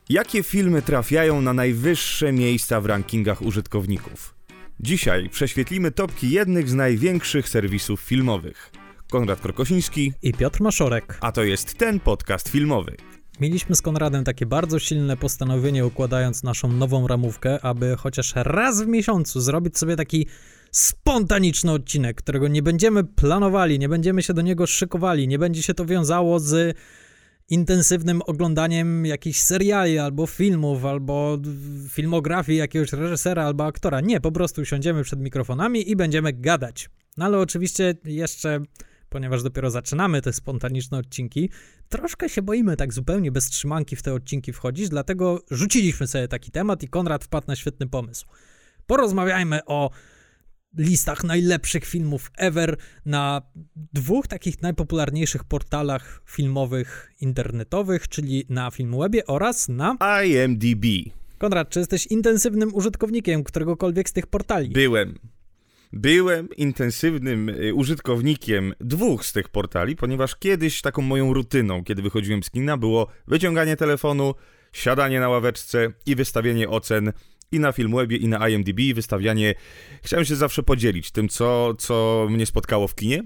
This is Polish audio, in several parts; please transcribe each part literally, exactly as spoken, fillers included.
Jakie filmy trafiają na najwyższe miejsca w rankingach użytkowników? Dzisiaj prześwietlimy topki jednych z największych serwisów filmowych. Konrad Krokosiński i Piotr Maszorek. A to jest ten podcast filmowy. Mieliśmy z Konradem takie bardzo silne postanowienie, układając naszą nową ramówkę, aby chociaż raz w miesiącu zrobić sobie taki spontaniczny odcinek, którego nie będziemy planowali, nie będziemy się do niego szykowali, nie będzie się to wiązało z intensywnym oglądaniem jakichś seriali, albo filmów, albo filmografii jakiegoś reżysera, albo aktora. Nie, po prostu siądziemy przed mikrofonami i będziemy gadać. No ale oczywiście jeszcze, ponieważ dopiero zaczynamy te spontaniczne odcinki, troszkę się boimy tak zupełnie bez trzymanki w te odcinki wchodzić, dlatego rzuciliśmy sobie taki temat i Konrad wpadł na świetny pomysł. Porozmawiajmy o listach najlepszych filmów ever na dwóch takich najpopularniejszych portalach filmowych internetowych, czyli na Filmwebie oraz na I M D B. Konrad, czy jesteś intensywnym użytkownikiem któregokolwiek z tych portali? Byłem. Byłem intensywnym użytkownikiem dwóch z tych portali, ponieważ kiedyś taką moją rutyną, kiedy wychodziłem z kina, było wyciąganie telefonu, siadanie na ławeczce i wystawienie ocen i na Filmwebie, i na I M D B, wystawianie... Chciałem się zawsze podzielić tym, co, co mnie spotkało w kinie,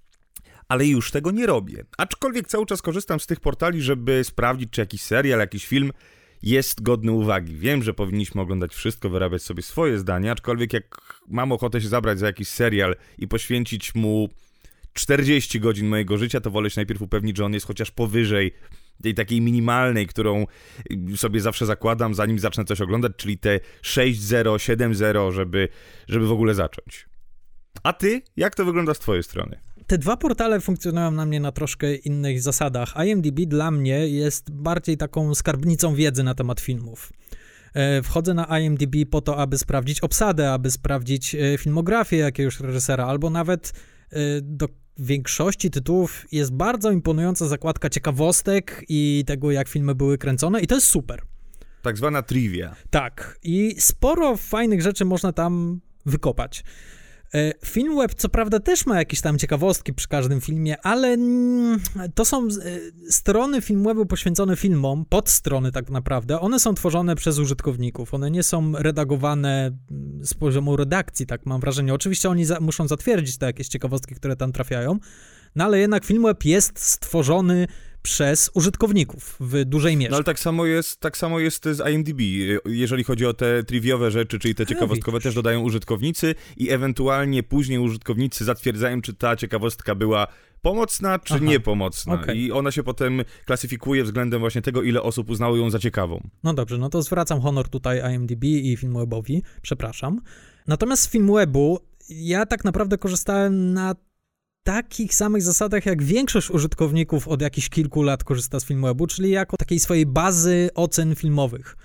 ale już tego nie robię. Aczkolwiek cały czas korzystam z tych portali, żeby sprawdzić, czy jakiś serial, jakiś film jest godny uwagi. Wiem, że powinniśmy oglądać wszystko, wyrabiać sobie swoje zdanie, aczkolwiek jak mam ochotę się zabrać za jakiś serial i poświęcić mu czterdzieści godzin mojego życia, to wolę się najpierw upewnić, że on jest chociaż powyżej tej takiej minimalnej, którą sobie zawsze zakładam, zanim zacznę coś oglądać, czyli te sześć zero, siedem zero, żeby, żeby w ogóle zacząć. A ty? Jak to wygląda z twojej strony? Te dwa portale funkcjonują na mnie na troszkę innych zasadach. I M D B dla mnie jest bardziej taką skarbnicą wiedzy na temat filmów. Wchodzę na I M D B po to, aby sprawdzić obsadę, aby sprawdzić filmografię jakiegoś reżysera, albo nawet do większości tytułów jest bardzo imponująca zakładka ciekawostek i tego, jak filmy były kręcone, i to jest super. Tak zwana trivia. Tak. I sporo fajnych rzeczy można tam wykopać. Filmweb co prawda też ma jakieś tam ciekawostki przy każdym filmie, ale to są strony Filmwebu poświęcone filmom, podstrony tak naprawdę. One są tworzone przez użytkowników, one nie są redagowane z poziomu redakcji, tak mam wrażenie. Oczywiście oni za- muszą zatwierdzić te jakieś ciekawostki, które tam trafiają, no ale jednak Filmweb jest stworzony przez użytkowników w dużej mierze. No ale tak samo jest, tak samo jest z I M D B. Jeżeli chodzi o te triviowe rzeczy, czyli te ciekawostkowe, też dodają użytkownicy i ewentualnie później użytkownicy zatwierdzają, czy ta ciekawostka była pomocna, czy Aha, niepomocna. okay. I ona się potem klasyfikuje względem właśnie tego, ile osób uznało ją za ciekawą. No dobrze, no to zwracam honor tutaj I M D B i Filmwebowi, przepraszam. Natomiast z Filmwebu ja tak naprawdę korzystałem na takich samych zasadach, jak większość użytkowników od jakichś kilku lat korzysta z Filmwebu, czyli jako takiej swojej bazy ocen filmowych.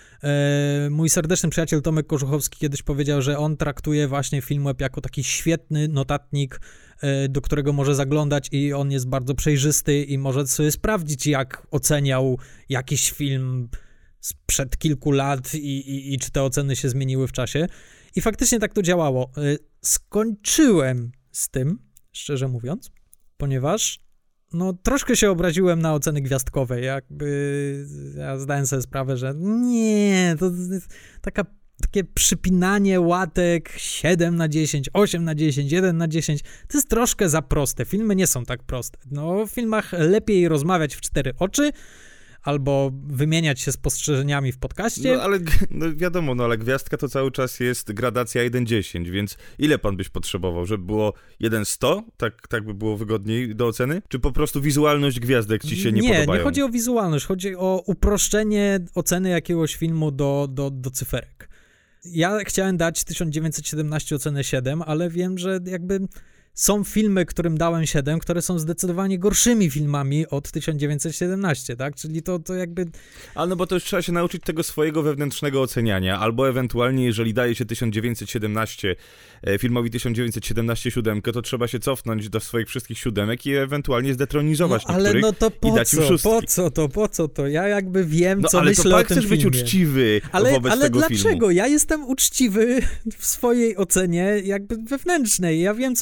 E, mój serdeczny przyjaciel Tomek Korzuchowski kiedyś powiedział, że on traktuje właśnie Filmweb jako taki świetny notatnik, e, do którego może zaglądać i on jest bardzo przejrzysty i może sobie sprawdzić, jak oceniał jakiś film sprzed kilku lat i, i, i czy te oceny się zmieniły w czasie. I faktycznie tak to działało. E, skończyłem z tym, szczerze mówiąc, ponieważ no troszkę się obraziłem na oceny gwiazdkowe, jakby ja zdałem sobie sprawę, że nie, to jest taka, takie przypinanie łatek siedem na dziesięć, osiem na dziesięć, jeden na dziesięć, to jest troszkę za proste, filmy nie są tak proste, no w filmach lepiej rozmawiać w cztery oczy, albo wymieniać się spostrzeżeniami w podcaście. No ale no wiadomo, no ale gwiazdka to cały czas jest gradacja jeden dziesięć, więc ile pan byś potrzebował, żeby było jeden sto? Tak, tak by było wygodniej do oceny? Czy po prostu wizualność gwiazdek ci się nie, nie podobają? Nie, nie chodzi o wizualność, chodzi o uproszczenie oceny jakiegoś filmu do, do, do cyferek. Ja chciałem dać tysiąc dziewięćset siedemnaście ocenę siedem, ale wiem, że jakby są filmy, którym dałem siedem, które są zdecydowanie gorszymi filmami od tysiąc dziewięćset siedemnaście, tak? Czyli to, to jakby... Ale no bo to już trzeba się nauczyć tego swojego wewnętrznego oceniania, albo ewentualnie, jeżeli daje się tysiąc dziewięćset siedemnaście, filmowi tysiąc dziewięćset siedemnaście siódemkę, to trzeba się cofnąć do swoich wszystkich siódemek i ewentualnie zdetronizować no, ale no to po i dać co, im szóstki. po co to, po co to? Ja jakby wiem, no, co ale myślę to o tym chcesz filmie. być uczciwy ale, wobec ale tego dlaczego? filmu. Ja jestem uczciwy w swojej ocenie jakby wewnętrznej. Ja wiem, co o tym filmie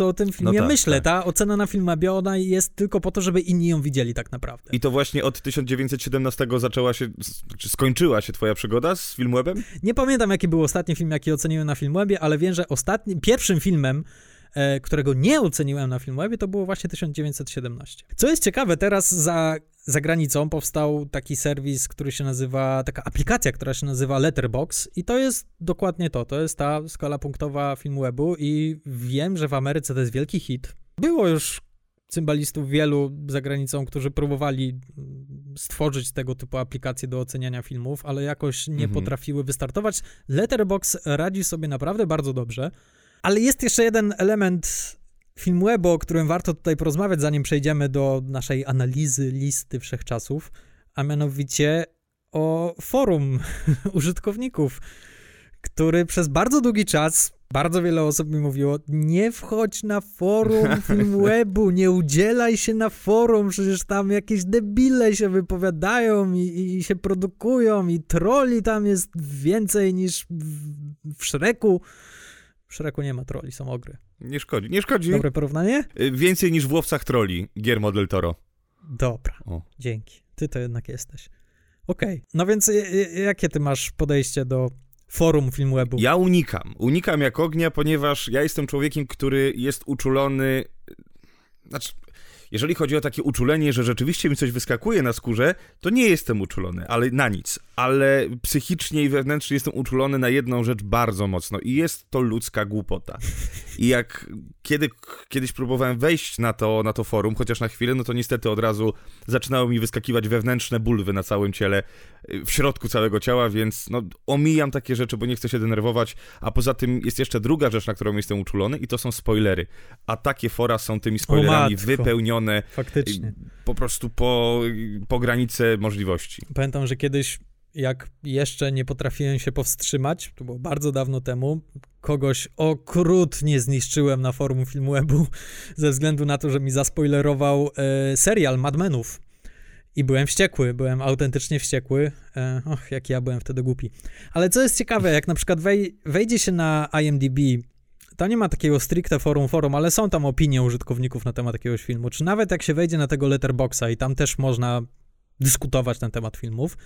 czym no ja tak, myślę. Tak. Ta ocena na Filmwebie, ona jest tylko po to, żeby inni ją widzieli tak naprawdę. I to właśnie od tysiąc dziewięćset siedemnastego zaczęła się, czy skończyła się twoja przygoda z Filmwebem? Nie pamiętam, jaki był ostatni film, jaki oceniłem na Filmwebie, ale wiem, że ostatnim, pierwszym filmem, e, którego nie oceniłem na Filmwebie, to było właśnie tysiąc dziewięćset siedemnaście. Co jest ciekawe, teraz za, za granicą powstał taki serwis, który się nazywa, taka aplikacja, która się nazywa Letterboxd i to jest dokładnie to, to jest ta skala punktowa Filmwebu i wiem, że w Ameryce to jest wielki hit. Było już cymbalistów wielu za granicą, którzy próbowali stworzyć tego typu aplikacje do oceniania filmów, ale jakoś nie mhm. potrafiły wystartować. Letterboxd radzi sobie naprawdę bardzo dobrze, ale jest jeszcze jeden element Filmwebu, o którym warto tutaj porozmawiać, zanim przejdziemy do naszej analizy listy wszechczasów, a mianowicie o forum użytkowników, który przez bardzo długi czas bardzo wiele osób mi mówiło, nie wchodź na forum Filmwebu, nie udzielaj się na forum, przecież tam jakieś debile się wypowiadają i, i się produkują i trolli tam jest więcej niż w, w Shreku. W Shreku nie ma trolli, są ogry. Nie szkodzi, nie szkodzi. Dobre porównanie? Więcej niż w Łowcach trolli, Guillermo del Toro. Dobra, o. Dzięki. Ty to jednak jesteś. Okej, okay. No więc jakie ty masz podejście do forum Filmwebu? Ja unikam. Unikam jak ognia, ponieważ ja jestem człowiekiem, który jest uczulony... Znaczy, jeżeli chodzi o takie uczulenie, że rzeczywiście mi coś wyskakuje na skórze, to nie jestem uczulony, ale na nic. Ale psychicznie i wewnętrznie jestem uczulony na jedną rzecz bardzo mocno i jest to ludzka głupota. I jak kiedy, kiedyś próbowałem wejść na to, na to forum, chociaż na chwilę, no to niestety od razu zaczynały mi wyskakiwać wewnętrzne bulwy na całym ciele, w środku całego ciała, więc no omijam takie rzeczy, bo nie chcę się denerwować, a poza tym jest jeszcze druga rzecz, na którą jestem uczulony i to są spoilery. A takie fora są tymi spoilerami wypełnione. Faktycznie. Po prostu po, po granicę możliwości. Pamiętam, że kiedyś jak jeszcze nie potrafiłem się powstrzymać, to było bardzo dawno temu, kogoś okrutnie zniszczyłem na forum Filmwebu ze względu na to, że mi zaspoilerował e, serial Mad Menów. I byłem wściekły, byłem autentycznie wściekły. E, och, jak ja byłem wtedy głupi. Ale co jest ciekawe, jak na przykład wej, wejdzie się na I M D B, to nie ma takiego stricte forum forum, ale są tam opinie użytkowników na temat jakiegoś filmu. Czy nawet jak się wejdzie na tego Letterboxda i tam też można dyskutować na temat filmów,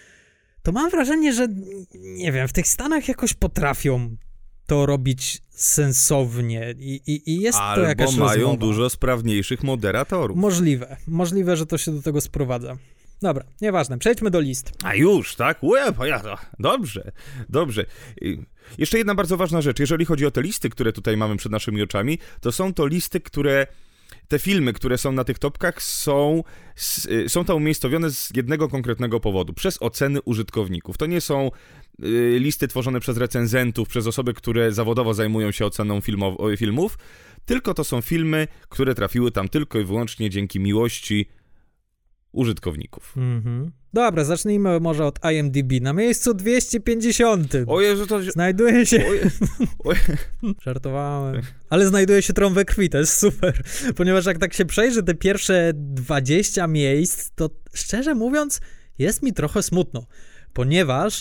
to mam wrażenie, że nie wiem, w tych Stanach jakoś potrafią to robić sensownie i, i, i jest Albo to jakaś mają rozmowa. dużo sprawniejszych moderatorów. Możliwe, możliwe, że to się do tego sprowadza. Dobra, nieważne, przejdźmy do list. A już, tak? Łe, dobrze, dobrze. Jeszcze jedna bardzo ważna rzecz, jeżeli chodzi o te listy, które tutaj mamy przed naszymi oczami, to są to listy, które... Te filmy, które są na tych topkach, są, są tam umiejscowione z jednego konkretnego powodu. Przez oceny użytkowników. To nie są y, listy tworzone przez recenzentów, przez osoby, które zawodowo zajmują się oceną filmow- filmów, tylko to są filmy, które trafiły tam tylko i wyłącznie dzięki miłości użytkowników. Mhm. Dobra, zacznijmy może od I M D B. Na miejscu dwieście pięćdziesiątym. O Jezu, to... Znajduje się... O Je... O Je... Żartowałem. Ale znajduje się Tron we krwi, to jest super. Ponieważ jak tak się przejrzy te pierwsze dwadzieścia miejsc, to szczerze mówiąc jest mi trochę smutno. Ponieważ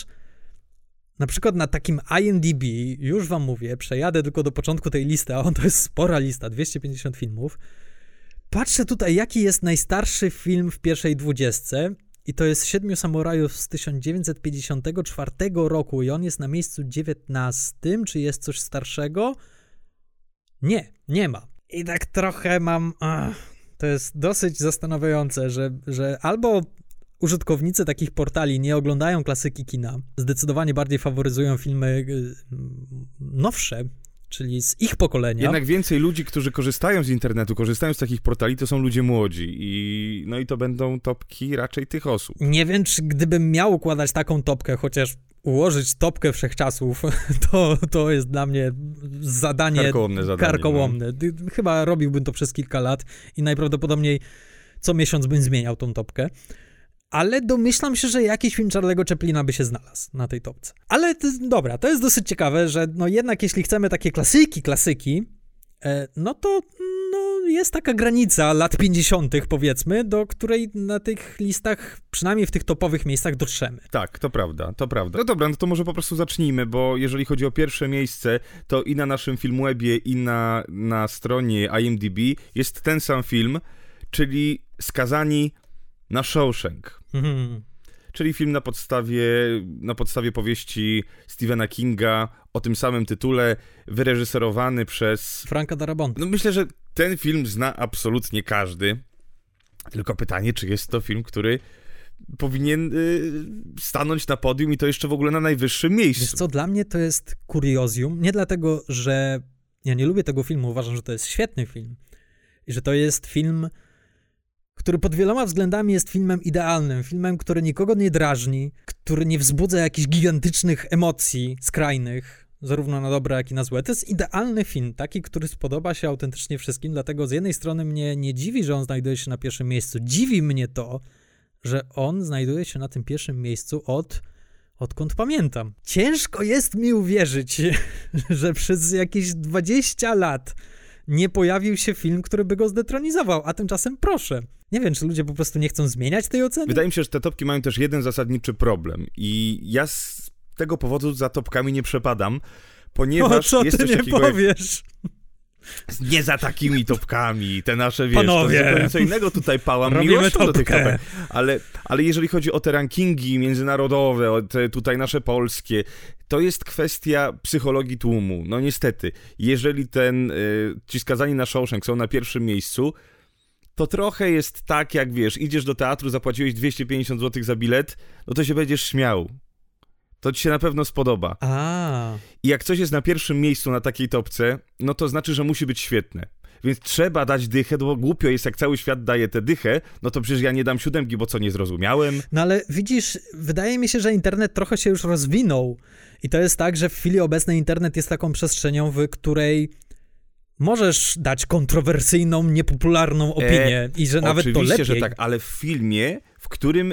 na przykład na takim I M D B, już wam mówię, przejadę tylko do początku tej listy, a on to jest spora lista, dwieście pięćdziesiąt filmów. Patrzę tutaj, jaki jest najstarszy film w pierwszej dwudziestce i to jest Siedmiu Samurajów z tysiąc dziewięćset pięćdziesiątego czwartego roku i on jest na miejscu dziewiętnastym. Czy jest coś starszego? Nie, nie ma. I tak trochę mam... Ach, to jest dosyć zastanawiające, że, że albo użytkownicy takich portali nie oglądają klasyki kina, zdecydowanie bardziej faworyzują filmy nowsze, czyli z ich pokolenia. Jednak więcej ludzi, którzy korzystają z internetu, korzystają z takich portali, to są ludzie młodzi i no i to będą topki raczej tych osób. Nie wiem, czy gdybym miał układać taką topkę, chociaż ułożyć topkę wszechczasów, to, to jest dla mnie zadanie karkołomne. Zadanie, karkołomne. No. Chyba robiłbym to przez kilka lat i najprawdopodobniej co miesiąc bym zmieniał tą topkę. Ale domyślam się, że jakiś film Charlie'ego Chaplina by się znalazł na tej topce. Ale to, dobra, to jest dosyć ciekawe, że no jednak jeśli chcemy takie klasyki, klasyki, e, no to no jest taka granica lat pięćdziesiątych powiedzmy, do której na tych listach, przynajmniej w tych topowych miejscach dotrzemy. Tak, to prawda, to prawda. No dobra, no to może po prostu zacznijmy, bo jeżeli chodzi o pierwsze miejsce, to i na naszym Filmwebie, i na, na stronie I M D B jest ten sam film, czyli Skazani na Shawshank. Mhm. Czyli film na podstawie, na podstawie powieści Stephena Kinga o tym samym tytule, wyreżyserowany przez... Franka Darabonta. No myślę, że ten film zna absolutnie każdy. Tylko pytanie, czy jest to film, który powinien y, stanąć na podium i to jeszcze w ogóle na najwyższym miejscu. Wiesz co, dla mnie to jest kuriozum. Nie dlatego, że ja nie lubię tego filmu, uważam, że to jest świetny film. I że to jest film, który pod wieloma względami jest filmem idealnym, filmem, który nikogo nie drażni, który nie wzbudza jakichś gigantycznych emocji skrajnych, zarówno na dobre, jak i na złe. To jest idealny film, taki, który spodoba się autentycznie wszystkim, dlatego z jednej strony mnie nie dziwi, że on znajduje się na pierwszym miejscu. Dziwi mnie to, że on znajduje się na tym pierwszym miejscu od... odkąd pamiętam. Ciężko jest mi uwierzyć, że przez jakieś dwadzieścia lat nie pojawił się film, który by go zdetronizował, a tymczasem proszę. Nie wiem, czy ludzie po prostu nie chcą zmieniać tej oceny? Wydaje mi się, że te topki mają też jeden zasadniczy problem i ja z tego powodu za topkami nie przepadam, ponieważ o, co jest ty coś nie takiego powiesz? Jak... Nie za takimi topkami, te nasze, wiesz, Panowie, to co innego tutaj pałam robimy miłością do tych topkę. topek, ale, ale jeżeli chodzi o te rankingi międzynarodowe, te tutaj nasze polskie, to jest kwestia psychologii tłumu. No niestety, jeżeli ten, y, ci skazani na Shawshank są na pierwszym miejscu, to trochę jest tak, jak wiesz, idziesz do teatru, zapłaciłeś dwieście pięćdziesiąt złotych za bilet, no to się będziesz śmiał. To ci się na pewno spodoba. A. I jak coś jest na pierwszym miejscu na takiej topce, no to znaczy, że musi być świetne. Więc trzeba dać dychę, bo głupio jest, jak cały świat daje tę dychę, no to przecież ja nie dam siódemki, bo co, nie zrozumiałem? No ale widzisz, wydaje mi się, że internet trochę się już rozwinął. I to jest tak, że w chwili obecnej internet jest taką przestrzenią, w której możesz dać kontrowersyjną, niepopularną opinię e, i że nawet to lepiej. Oczywiście, że tak, ale w filmie, w którym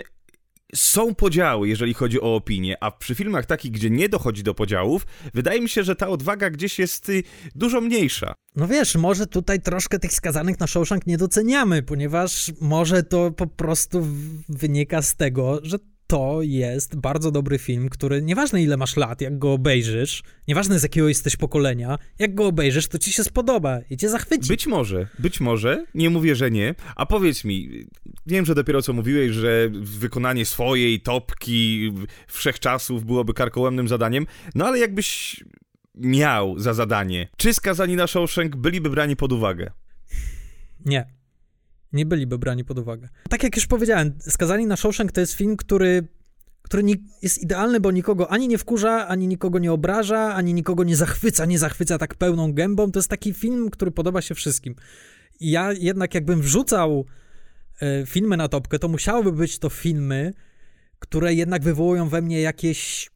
są podziały, jeżeli chodzi o opinię, a przy filmach takich, gdzie nie dochodzi do podziałów, wydaje mi się, że ta odwaga gdzieś jest y, dużo mniejsza. No wiesz, może tutaj troszkę tych skazanych na Shawshank nie doceniamy, ponieważ może to po prostu wynika z tego, że to jest bardzo dobry film, który nieważne ile masz lat, jak go obejrzysz, nieważne z jakiego jesteś pokolenia, jak go obejrzysz, to ci się spodoba i cię zachwyci. Być może, być może, nie mówię, że nie, a powiedz mi, wiem, że dopiero co mówiłeś, że wykonanie swojej topki wszechczasów byłoby karkołomnym zadaniem, no ale jakbyś miał za zadanie, czy skazani na Shawshank byliby brani pod uwagę? Nie. Nie byliby brani pod uwagę. Tak jak już powiedziałem, Skazani na Shawshank to jest film, który, który nie, jest idealny, bo nikogo ani nie wkurza, ani nikogo nie obraża, ani nikogo nie zachwyca, nie zachwyca tak pełną gębą. To jest taki film, który podoba się wszystkim. I ja jednak jakbym wrzucał y, filmy na topkę, to musiałyby być to filmy, które jednak wywołują we mnie jakieś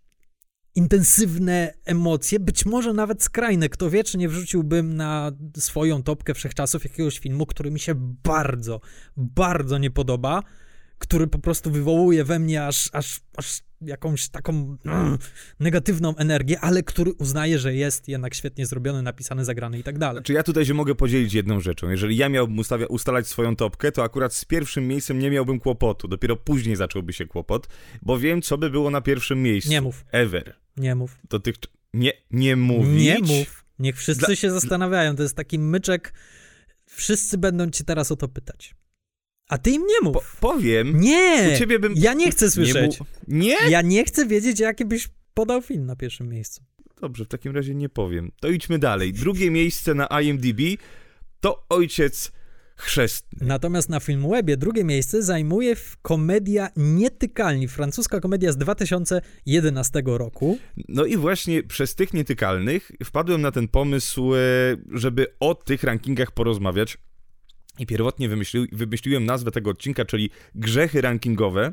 intensywne emocje, być może nawet skrajne. Kto wie, czy nie wrzuciłbym na swoją topkę wszechczasów jakiegoś filmu, który mi się bardzo, bardzo nie podoba, który po prostu wywołuje we mnie aż, aż, aż jakąś taką mm, negatywną energię, ale który uznaje, że jest jednak świetnie zrobiony, napisany, zagrany i tak dalej. Czy ja tutaj się mogę podzielić jedną rzeczą? Jeżeli ja miałbym ustawia- ustalać swoją topkę, to akurat z pierwszym miejscem nie miałbym kłopotu. Dopiero później zacząłby się kłopot, bo wiem, co by było na pierwszym miejscu. Nie mów. Ever. Nie mów. Dotych... Nie, nie mówić. Nie mów. Niech wszyscy Dla... się zastanawiają. To jest taki myczek. Wszyscy będą cię teraz o to pytać. A ty im nie mów. Po, powiem. Nie! U ciebie bym... Ja nie chcę słyszeć. Nie, nie? Ja nie chcę wiedzieć, jaki byś podał film na pierwszym miejscu. Dobrze, w takim razie nie powiem. To idźmy dalej. Drugie miejsce na I M D B to Ojciec Chrzestny. Natomiast na Filmwebie drugie miejsce zajmuje komedia Nietykalni, francuska komedia z dwa tysiące jedenastego roku. No i właśnie przez tych Nietykalnych wpadłem na ten pomysł, żeby o tych rankingach porozmawiać. I pierwotnie wymyślił, wymyśliłem nazwę tego odcinka, czyli Grzechy rankingowe.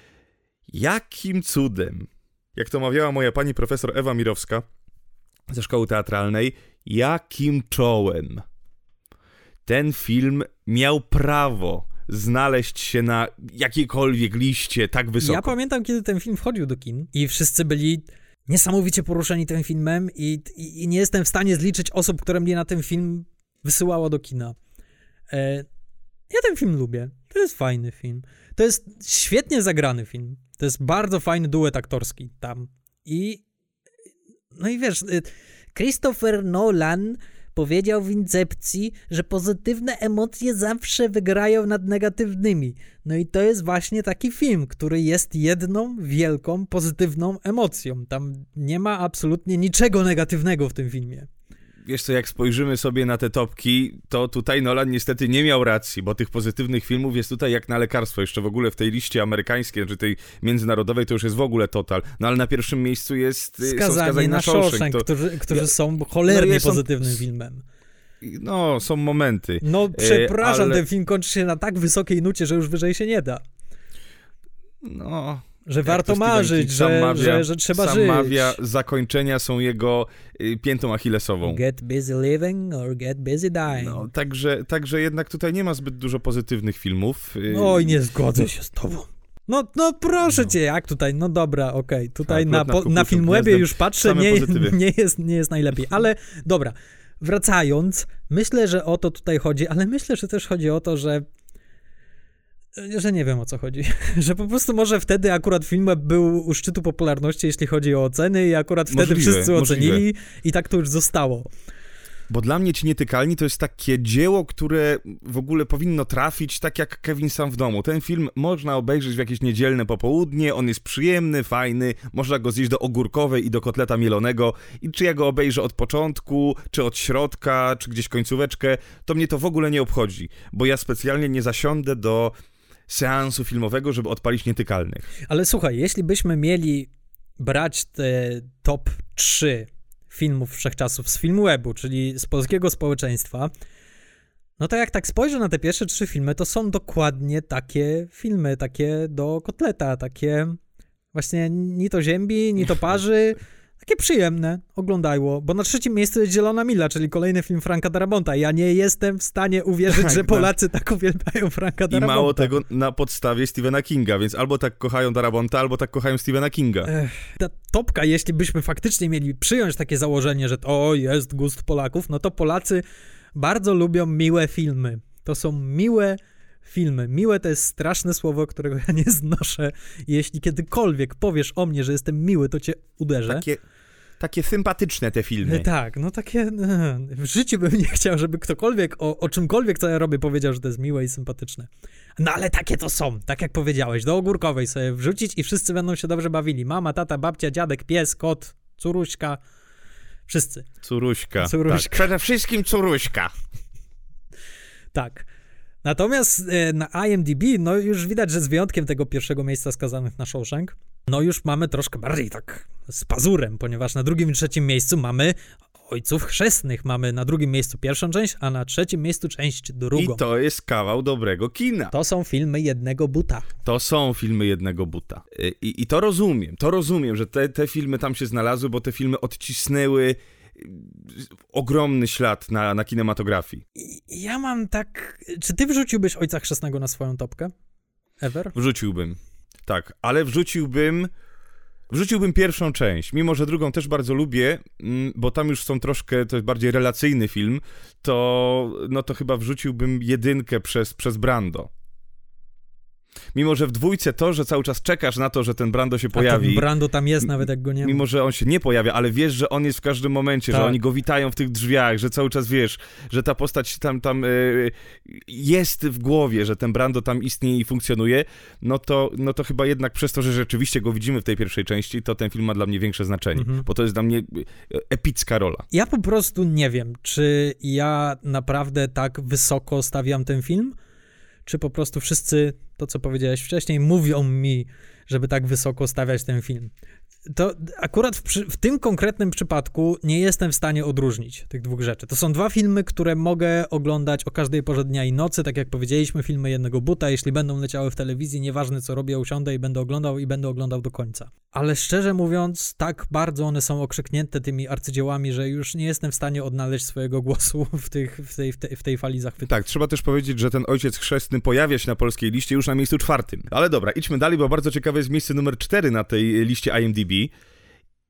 Jakim cudem, jak to mawiała moja pani profesor Ewa Mirowska ze szkoły teatralnej, jakim czołem ten film miał prawo znaleźć się na jakiejkolwiek liście tak wysoko. Ja pamiętam, kiedy ten film wchodził do kin i wszyscy byli niesamowicie poruszeni tym filmem i, i, i nie jestem w stanie zliczyć osób, które mnie na ten film wysyłało do kina. E, ja ten film lubię. To jest fajny film. To jest świetnie zagrany film. To jest bardzo fajny duet aktorski tam. I no i wiesz, Christopher Nolan powiedział w Incepcji, że pozytywne emocje zawsze wygrają nad negatywnymi. No i to jest właśnie taki film, który jest jedną wielką, pozytywną emocją. Tam nie ma absolutnie niczego negatywnego w tym filmie. Wiesz co, jak spojrzymy sobie na te topki, to tutaj Nolan niestety nie miał racji, bo tych pozytywnych filmów jest tutaj jak na lekarstwo. Jeszcze w ogóle w tej liście amerykańskiej, czy tej międzynarodowej, to już jest w ogóle total. No ale na pierwszym miejscu jest Skazanie są Skazani na, na Shawshank, to... którzy, którzy są cholernie no, pozytywnym są... filmem. No, są momenty. No, przepraszam, ale... ten film kończy się na tak wysokiej nucie, że już wyżej się nie da. No... Że warto marzyć, że, mawia, że, że trzeba sam żyć. Mawia, zakończenia są jego y, piętą achillesową. Get busy living or get busy dying. No, także, także jednak tutaj nie ma zbyt dużo pozytywnych filmów. Y... Oj, nie zgodzę się z tobą. No, no proszę no. cię, jak tutaj? No dobra, okej. Okay. Tutaj na, po, na Filmwebie już patrzę, nie, nie, jest, nie jest najlepiej. Ale dobra, wracając, myślę, że o to tutaj chodzi, ale myślę, że też chodzi o to, że że nie wiem, o co chodzi. Że po prostu może wtedy akurat Filmweb był u szczytu popularności, jeśli chodzi o oceny i akurat wtedy możliwe, wszyscy ocenili możliwe. I tak to już zostało. Bo dla mnie Ci Nietykalni to jest takie dzieło, które w ogóle powinno trafić tak jak Kevin Sam w domu. Ten film można obejrzeć w jakieś niedzielne popołudnie, on jest przyjemny, fajny, można go zjeść do ogórkowej i do kotleta mielonego i czy ja go obejrzę od początku, czy od środka, czy gdzieś końcóweczkę, to mnie to w ogóle nie obchodzi, bo ja specjalnie nie zasiądę do seansu filmowego, żeby odpalić Nietykalnych. Ale słuchaj, jeśli byśmy mieli brać te top trzy filmów wszechczasów z Filmwebu, czyli z polskiego społeczeństwa, no to jak tak spojrzę na te pierwsze trzy filmy, to są dokładnie takie filmy, takie do kotleta, takie właśnie ni to ziębi, ni to parzy, takie przyjemne, oglądajło, bo na trzecim miejscu jest Zielona Mila, czyli kolejny film Franka Darabonta. Ja nie jestem w stanie uwierzyć, tak, że Polacy tak. tak uwielbiają Franka Darabonta. I mało tego na podstawie Stephena Kinga, więc albo tak kochają Darabonta, albo tak kochają Stephena Kinga. Ech, ta topka, jeśli byśmy faktycznie mieli przyjąć takie założenie, że to jest gust Polaków, no to Polacy bardzo lubią miłe filmy. To są miłe filmy. Miłe to jest straszne słowo, którego ja nie znoszę. Jeśli kiedykolwiek powiesz o mnie, że jestem miły, to cię uderzę. Takie, takie sympatyczne te filmy. Tak, no takie... W życiu bym nie chciał, żeby ktokolwiek o, o czymkolwiek, co ja robię, powiedział, że to jest miłe i sympatyczne. No ale takie to są. Tak jak powiedziałeś, do ogórkowej sobie wrzucić i wszyscy będą się dobrze bawili. Mama, tata, babcia, dziadek, pies, kot, curuśka. Wszyscy. Curuśka. Curuśka. Tak. Przede wszystkim curuśka. Tak. Natomiast na I M D B, no już widać, że z wyjątkiem tego pierwszego miejsca Skazanych na Shawshank, no już mamy troszkę bardziej tak z pazurem, ponieważ na drugim i trzecim miejscu mamy Ojców Chrzestnych. Mamy na drugim miejscu pierwszą część, a na trzecim miejscu część drugą. I to jest kawał dobrego kina. To są filmy jednego buta. To są filmy jednego buta. I, i to rozumiem, to rozumiem, że te, te filmy tam się znalazły, bo te filmy odcisnęły ogromny ślad na, na kinematografii. Ja mam tak... Czy ty wrzuciłbyś Ojca Chrzestnego na swoją topkę? Ever? Wrzuciłbym. Tak, ale wrzuciłbym... Wrzuciłbym pierwszą część, mimo że drugą też bardzo lubię, bo tam już są troszkę, to jest bardziej relacyjny film, to no to chyba wrzuciłbym jedynkę przez, przez Brando. Mimo że w dwójce to, że cały czas czekasz na to, że ten Brando się pojawi. A ten Brando tam jest, nawet jak go nie ma. Mimo że on się nie pojawia, ale wiesz, że on jest w każdym momencie, tak. Że oni go witają w tych drzwiach, że cały czas wiesz, że ta postać tam, tam yy, jest w głowie, że ten Brando tam istnieje i funkcjonuje, no to, no to chyba jednak przez to, że rzeczywiście go widzimy w tej pierwszej części, to ten film ma dla mnie większe znaczenie, mhm. Bo to jest dla mnie epicka rola. Ja po prostu nie wiem, czy ja naprawdę tak wysoko stawiam ten film, czy po prostu wszyscy, to co powiedziałeś wcześniej, mówią mi, żeby tak wysoko stawiać ten film. To akurat w, w tym konkretnym przypadku nie jestem w stanie odróżnić tych dwóch rzeczy. To są dwa filmy, które mogę oglądać o każdej porze dnia i nocy, tak jak powiedzieliśmy, filmy jednego buta. Jeśli będą leciały w telewizji, nieważne co robię, usiądę i będę oglądał i będę oglądał do końca. Ale szczerze mówiąc, tak bardzo one są okrzyknięte tymi arcydziełami, że już nie jestem w stanie odnaleźć swojego głosu w, tych, w, tej, w, tej, w tej fali zachwytu. Tak, trzeba też powiedzieć, że ten Ojciec Chrzestny pojawia się na polskiej liście już na miejscu czwartym. Ale dobra, idźmy dalej, bo bardzo ciekawe jest miejsce numer cztery na tej liście I M D B.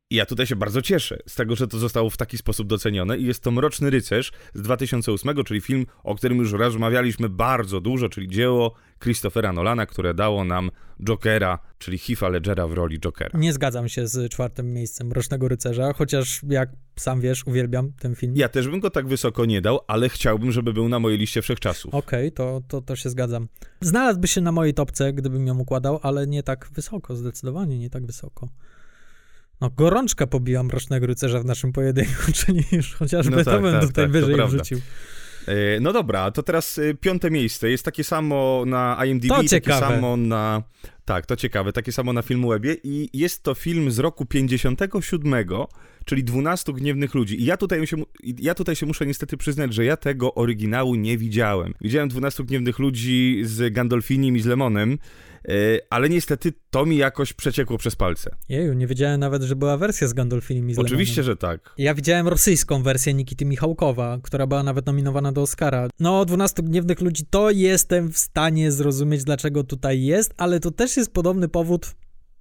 I ja tutaj się bardzo cieszę z tego, że to zostało w taki sposób docenione i jest to Mroczny Rycerz z dwa tysiące ósmego, czyli film, o którym już rozmawialiśmy bardzo dużo, czyli dzieło Christophera Nolana, które dało nam Jokera, czyli Heatha Ledgera w roli Jokera. Nie zgadzam się z czwartym miejscem Mrocznego Rycerza, chociaż jak sam wiesz, uwielbiam ten film. Ja też bym go tak wysoko nie dał, ale chciałbym, żeby był na mojej liście wszechczasów. Okej, okay, to, to, to się zgadzam. Znalazłby się na mojej topce, gdybym ją układał, ale nie tak wysoko, zdecydowanie nie tak wysoko. No, gorączka pobiła Mrocznego Rycerza w naszym pojedynku, czyli już chociażby no tak, to bym tak, tutaj tak, wyżej wrzucił. No dobra, to teraz piąte miejsce. Jest takie samo na I M D B, to takie ciekawe. samo na... Tak, to ciekawe, takie samo na Filmwebie i jest to film z roku pięćdziesiątego siódmego, czyli dwunastu Gniewnych Ludzi. I ja tutaj, się, ja tutaj się muszę niestety przyznać, że ja tego oryginału nie widziałem. Widziałem dwunastu Gniewnych Ludzi z Gandolfinim i z Lemonem, yy, ale niestety to mi jakoś przeciekło przez palce. Jeju, nie wiedziałem nawet, że była wersja z Gandolfinim i z Lemonem. Oczywiście, że tak. Ja widziałem rosyjską wersję Nikity Michałkowa, która była nawet nominowana do Oscara. No, dwunastu Gniewnych Ludzi to jestem w stanie zrozumieć, dlaczego tutaj jest, ale to też jest podobny powód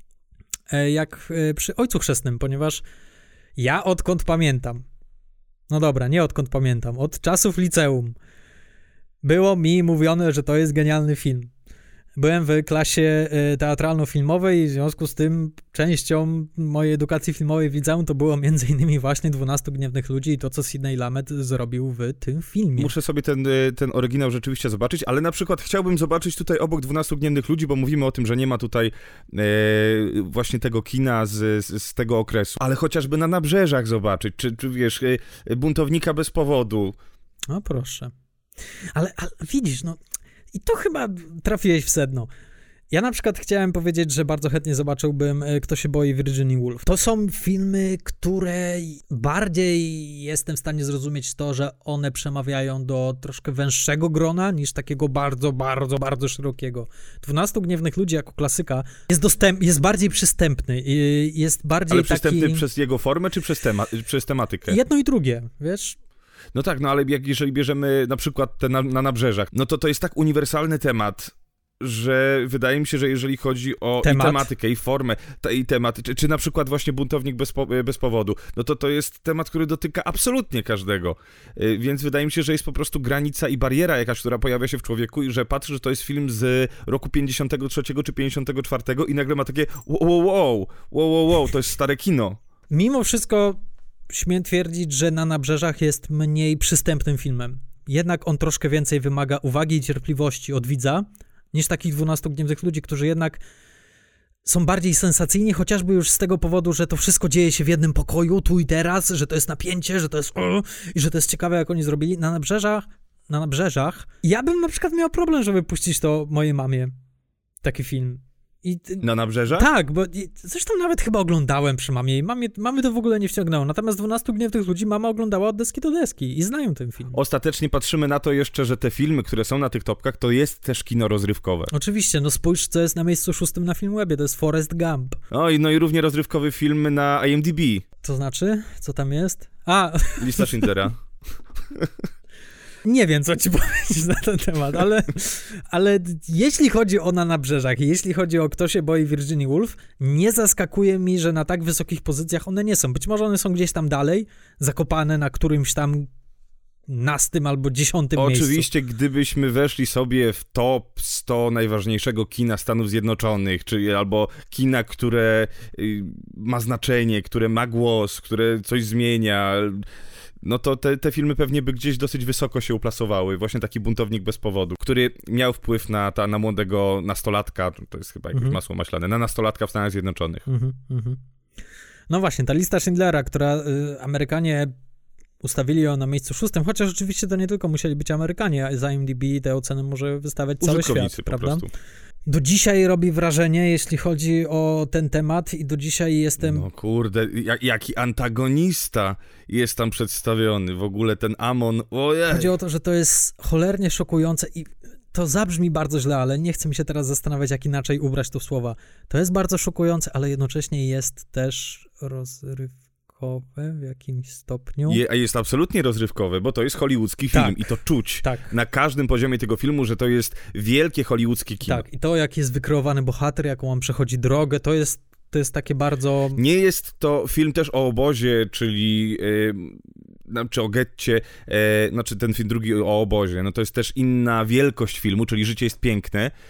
e, jak e, przy Ojcu Chrzestnym, ponieważ ja odkąd pamiętam, no dobra, nie odkąd pamiętam, od czasów liceum było mi mówione, że to jest genialny film. Byłem w klasie teatralno-filmowej i w związku z tym częścią mojej edukacji filmowej w liceum to było między innymi właśnie dwunastu Gniewnych Ludzi i to, co Sidney Lumet zrobił w tym filmie. Muszę sobie ten, ten oryginał rzeczywiście zobaczyć, ale na przykład chciałbym zobaczyć tutaj obok dwunastu Gniewnych Ludzi, bo mówimy o tym, że nie ma tutaj e, właśnie tego kina z, z, z tego okresu, ale chociażby na Nabrzeżach zobaczyć, czy, czy wiesz, e, Buntownika bez powodu. No proszę. Ale, ale widzisz, no... I to chyba trafiłeś w sedno. Ja na przykład chciałem powiedzieć, że bardzo chętnie zobaczyłbym Kto się boi Virginia Woolf. To są filmy, które bardziej jestem w stanie zrozumieć to, że one przemawiają do troszkę węższego grona niż takiego bardzo, bardzo, bardzo szerokiego. dwunastu Gniewnych Ludzi jako klasyka jest dostęp, jest bardziej przystępny. Jest bardziej Ale przystępny taki... przez jego formę czy przez, tema, przez tematykę? Jedno i drugie, wiesz... No tak, no ale jak jeżeli bierzemy na przykład te na, na Nabrzeżach, no to to jest tak uniwersalny temat, że wydaje mi się, że jeżeli chodzi o temat. i tematykę, i formę, ta, i temat, czy, czy na przykład właśnie Buntownik bez, po, bez powodu, no to to jest temat, który dotyka absolutnie każdego. Yy, więc wydaje mi się, że jest po prostu granica i bariera jakaś, która pojawia się w człowieku i że patrzy, że to jest film z roku pięćdziesiątego trzeciego czy pięćdziesiątego czwartego i nagle ma takie wow, wow, wow, wow, wow, wow, to jest stare kino. Mimo wszystko śmiem twierdzić, że Na Nabrzeżach jest mniej przystępnym filmem. Jednak on troszkę więcej wymaga uwagi i cierpliwości od widza, niż takich dwunastu Gniewnych Ludzi, którzy jednak są bardziej sensacyjni, chociażby już z tego powodu, że to wszystko dzieje się w jednym pokoju, tu i teraz, że to jest napięcie, że to jest uh, i że to jest ciekawe, jak oni zrobili. Na Nabrzeżach, na Nabrzeżach, ja bym na przykład miał problem, żeby puścić to mojej mamie, taki film. I, Na Nabrzeżach? Tak, bo zresztą nawet chyba oglądałem przy mamie i mamie, mamy to w ogóle nie wciągnęło. Natomiast dwunastu Gniewnych Ludzi mama oglądała od deski do deski i znają ten film. Ostatecznie patrzymy na to jeszcze, że te filmy, które są na tych topkach, to jest też kino rozrywkowe. Oczywiście, no spójrz, co jest na miejscu szóstym na Filmwebie, to jest Forrest Gump. No i, no i równie rozrywkowy film na I M D B. To znaczy? Co tam jest? A! Lista Schindlera. Nie wiem, co ci powiedzieć na ten temat, ale, ale jeśli chodzi o Na Nabrzeżach i jeśli chodzi o Kto się boi Virginia Woolf, nie zaskakuje mi, że na tak wysokich pozycjach one nie są. Być może one są gdzieś tam dalej, zakopane na którymś tam nastym albo dziesiątym miejscu. Oczywiście, gdybyśmy weszli sobie w top sto najważniejszego kina Stanów Zjednoczonych, czyli albo kina, które y, ma znaczenie, które ma głos, które coś zmienia... no to te, te filmy pewnie by gdzieś dosyć wysoko się uplasowały. Właśnie taki Buntownik bez powodu, który miał wpływ na, ta, na młodego nastolatka, to jest chyba jakieś mm-hmm. masło maślane, na nastolatka w Stanach Zjednoczonych. Mm-hmm, mm-hmm. No właśnie, ta lista Schindlera, która y, Amerykanie ustawili ją na miejscu szóstym, chociaż oczywiście to nie tylko musieli być Amerykanie, za I M D B te oceny może wystawiać cały świat, prawda? Do dzisiaj robi wrażenie, jeśli chodzi o ten temat i do dzisiaj jestem... No kurde, jak, jaki antagonista jest tam przedstawiony, w ogóle ten Amon, ojej. Chodzi o to, że to jest cholernie szokujące i to zabrzmi bardzo źle, ale nie chcę mi się teraz zastanawiać, jak inaczej ubrać to w słowa. To jest bardzo szokujące, ale jednocześnie jest też rozrywkowe w jakimś stopniu. Je, a jest absolutnie rozrywkowy, bo to jest hollywoodzki film tak, i to czuć tak. na każdym poziomie tego filmu, że to jest wielkie hollywoodzkie kino. Tak, i to jak jest wykreowany bohater, jaką on przechodzi drogę, to jest to jest takie bardzo... Nie jest to film też o obozie, czyli... Yy... czy o getcie, e, znaczy ten film drugi o obozie, no to jest też inna wielkość filmu, czyli Życie jest piękne e,